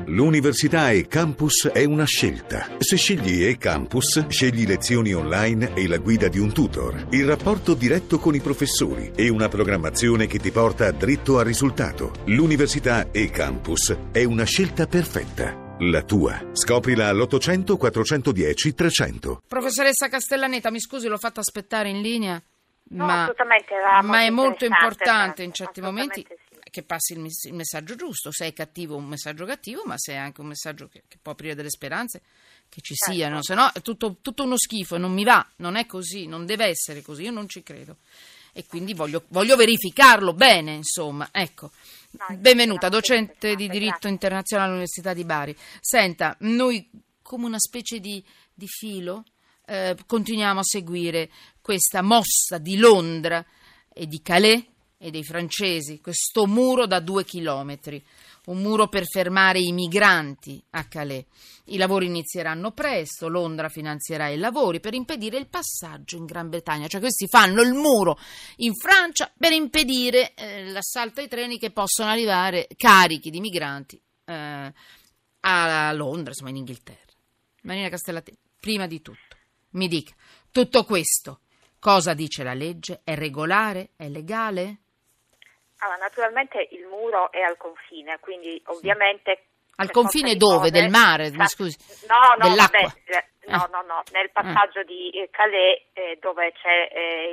L'università e-Campus è una scelta. Se scegli e-Campus, scegli lezioni online e la guida di un tutor, il rapporto diretto con i professori e una programmazione che ti porta dritto al risultato. L'università e-Campus è una scelta perfetta. La tua. Scoprila all'800 410 300. Professoressa Castellaneta, mi scusi, l'ho fatta aspettare in linea, No, ma assolutamente è molto importante in certi momenti sì. che passi il messaggio giusto. Se è cattivo, un messaggio cattivo, ma se è anche un messaggio che può aprire delle speranze, che ci siano, se no è tutto uno schifo e non mi va, non è così, non deve essere così, io non ci credo. E quindi voglio verificarlo bene, insomma, ecco. Benvenuta, docente di diritto internazionale all'Università di Bari. Senta, noi come una specie di filo continuiamo a seguire questa mossa di Londra e di Calais e dei francesi, questo muro da 2 chilometri, un muro per fermare i migranti a Calais. I lavori inizieranno presto, Londra finanzierà i lavori per impedire il passaggio in Gran Bretagna, cioè questi fanno il muro in Francia per impedire l'assalto ai treni che possono arrivare carichi di migranti a Londra, insomma in Inghilterra. Marina Castellaneta, prima di tutto, mi dica, tutto questo, cosa dice la legge? È regolare? È legale? Allora, naturalmente il muro è al confine, quindi ovviamente... Al confine dove? Del mare? Mi scusi? No, dell'acqua? No, nel passaggio di Calais dove c'è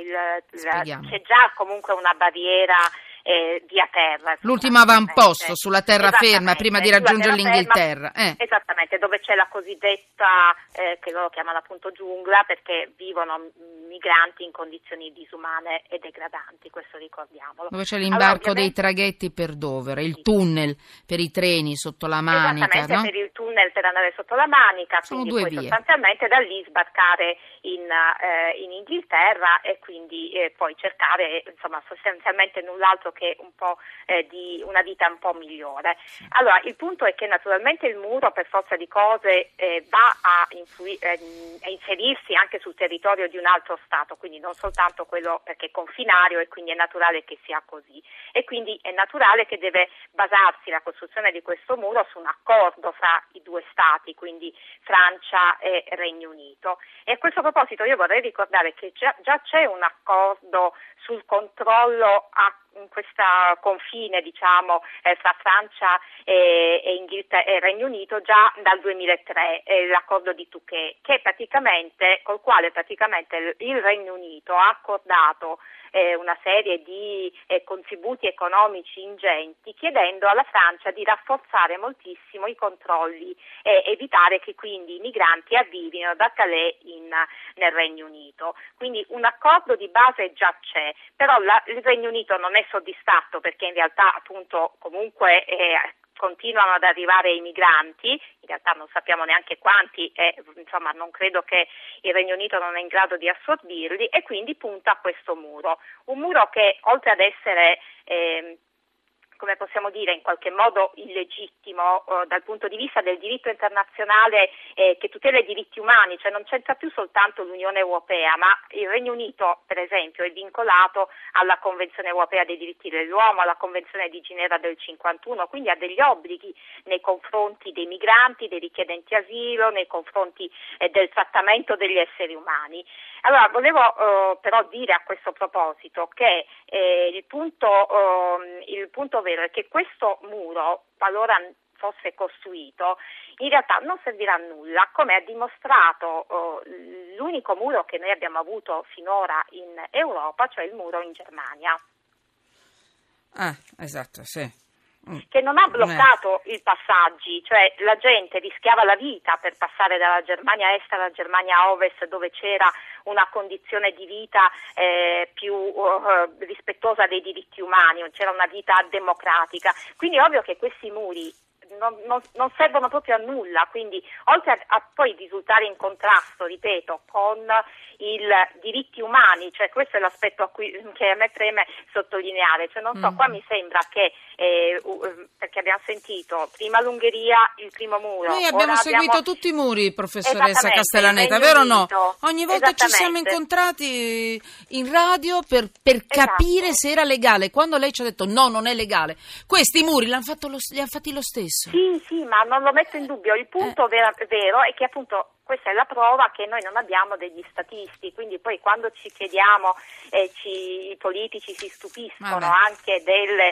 già comunque una barriera via terra. L'ultimo avamposto sulla terraferma prima di raggiungere l'Inghilterra. Esattamente, dove c'è la cosiddetta, che loro chiamano appunto giungla, perché vivono migranti in condizioni disumane e degradanti, questo ricordiamolo. Dove c'è l'imbarco dei traghetti per Dover, il tunnel per i treni sotto la Manica, esattamente, no? per il tunnel per andare sotto la Manica, sono quindi due poi vie. Sostanzialmente da lì sbarcare in Inghilterra e quindi poi cercare, insomma, sostanzialmente null'altro che un po' di una vita un po' migliore. Allora, il punto è che naturalmente il muro per forza di cose va a inserirsi anche sul territorio di un altro Stato, quindi non soltanto quello perché è confinario e quindi è naturale che sia così. E quindi è naturale che deve basarsi la costruzione di questo muro su un accordo fra i due Stati, quindi Francia e Regno Unito. E a questo proposito io vorrei ricordare che già c'è un accordo sul controllo in questa confine, diciamo, fra Francia e Regno Unito già dal 2003, l'accordo di Touquet, col quale praticamente il Regno Unito ha accordato una serie di contributi economici ingenti, chiedendo alla Francia di rafforzare moltissimo i controlli e evitare che quindi i migranti arrivino da Calais nel Regno Unito. Quindi un accordo di base già c'è, però il Regno Unito non è soddisfatto perché in realtà appunto comunque continuano ad arrivare i migranti, in realtà non sappiamo neanche quanti e insomma non credo che il Regno Unito non è in grado di assorbirli e quindi punta a questo muro, un muro che oltre ad essere come possiamo dire, in qualche modo illegittimo dal punto di vista del diritto internazionale che tutela i diritti umani, cioè non c'entra più soltanto l'Unione Europea, ma il Regno Unito, per esempio, è vincolato alla Convenzione Europea dei diritti dell'uomo, alla Convenzione di Ginevra del 51, quindi ha degli obblighi nei confronti dei migranti, dei richiedenti asilo, nei confronti del trattamento degli esseri umani. Allora, volevo però dire a questo proposito che il punto vero è che questo muro, qualora fosse costruito, in realtà non servirà a nulla, come ha dimostrato l'unico muro che noi abbiamo avuto finora in Europa, cioè il muro in Germania. Esatto, sì. Che non ha bloccato i passaggi, cioè la gente rischiava la vita per passare dalla Germania Est alla Germania Ovest, dove c'era una condizione di vita più rispettosa dei diritti umani, c'era una vita democratica. Quindi è ovvio che questi muri non servono proprio a nulla, quindi oltre a poi risultare in contrasto, ripeto, con i diritti umani, cioè questo è l'aspetto che a me preme sottolineare, cioè non so, qua mi sembra che perché abbiamo sentito prima l'Ungheria, il primo muro. Noi abbiamo seguito tutti i muri, professoressa Castellaneta, vero o no? Ogni volta ci siamo incontrati in radio per capire se era legale. Quando lei ci ha detto no, non è legale, questi muri li hanno fatti lo stesso. adesso. Sì, ma non lo metto in dubbio. Il punto vero è che appunto questa è la prova che noi non abbiamo degli statisti, quindi poi quando ci chiediamo, i politici si stupiscono anche delle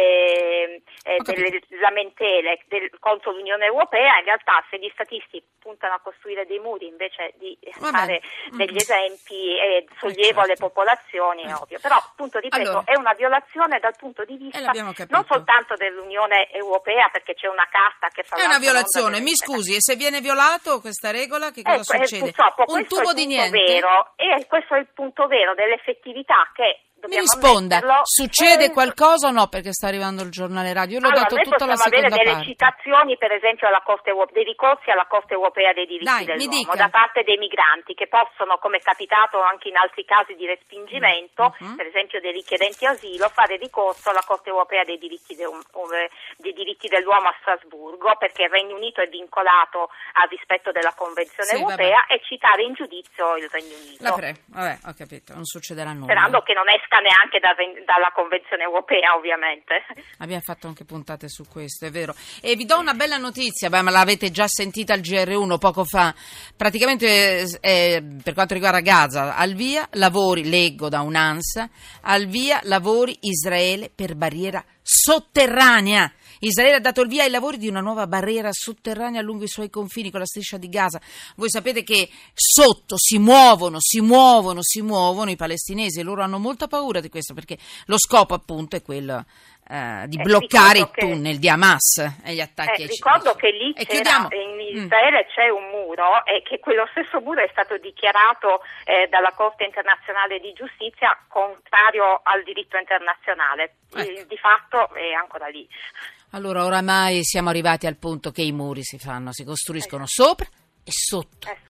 lamentele contro l'Unione Europea. In realtà se gli statisti puntano a costruire dei muri invece di fare degli esempi e sollievo alle popolazioni, è ovvio. Però appunto ripeto, è una violazione dal punto di vista non soltanto dell'Unione Europea, perché c'è una carta che fa... È una violazione, mi scusi, e se viene violato questa regola che cosa succede? Purtroppo un tubo di niente? Questo è il punto vero dell'effettività che... Mi risponda, succede qualcosa o no? Perché sta arrivando il giornale radio, io l'ho dato tutta la seconda parte. Possiamo avere delle citazioni, per esempio, dei ricorsi alla Corte Europea dei diritti dell'uomo da parte dei migranti, che possono, come è capitato anche in altri casi di respingimento, per esempio dei richiedenti asilo, fare ricorso alla Corte Europea dei diritti dell'uomo a Strasburgo, perché il Regno Unito è vincolato al rispetto della Convenzione Europea, e citare in giudizio il Regno Unito. Vabbè, ho capito, non succederà nulla. Sperando che non esca neanche dalla Convenzione Europea, ovviamente. Abbiamo fatto anche puntate su questo, è vero. E vi do una bella notizia, ma l'avete già sentita al GR1 poco fa. Praticamente per quanto riguarda Gaza, al via lavori, leggo da un'ANSA, al via lavori Israele per barriera sotterranea. Israele ha dato il via ai lavori di una nuova barriera sotterranea lungo i suoi confini con la striscia di Gaza. Voi sapete che sotto si muovono i palestinesi, e loro hanno molta paura di questo, perché lo scopo appunto è quello di bloccare i tunnel di Hamas e gli attacchi ai civili. Ricordo che lì in Israele c'è un muro, e che quello stesso muro è stato dichiarato dalla Corte internazionale di giustizia contrario al diritto internazionale. Di fatto è ancora lì. Allora oramai siamo arrivati al punto che i muri si costruiscono sopra e sotto.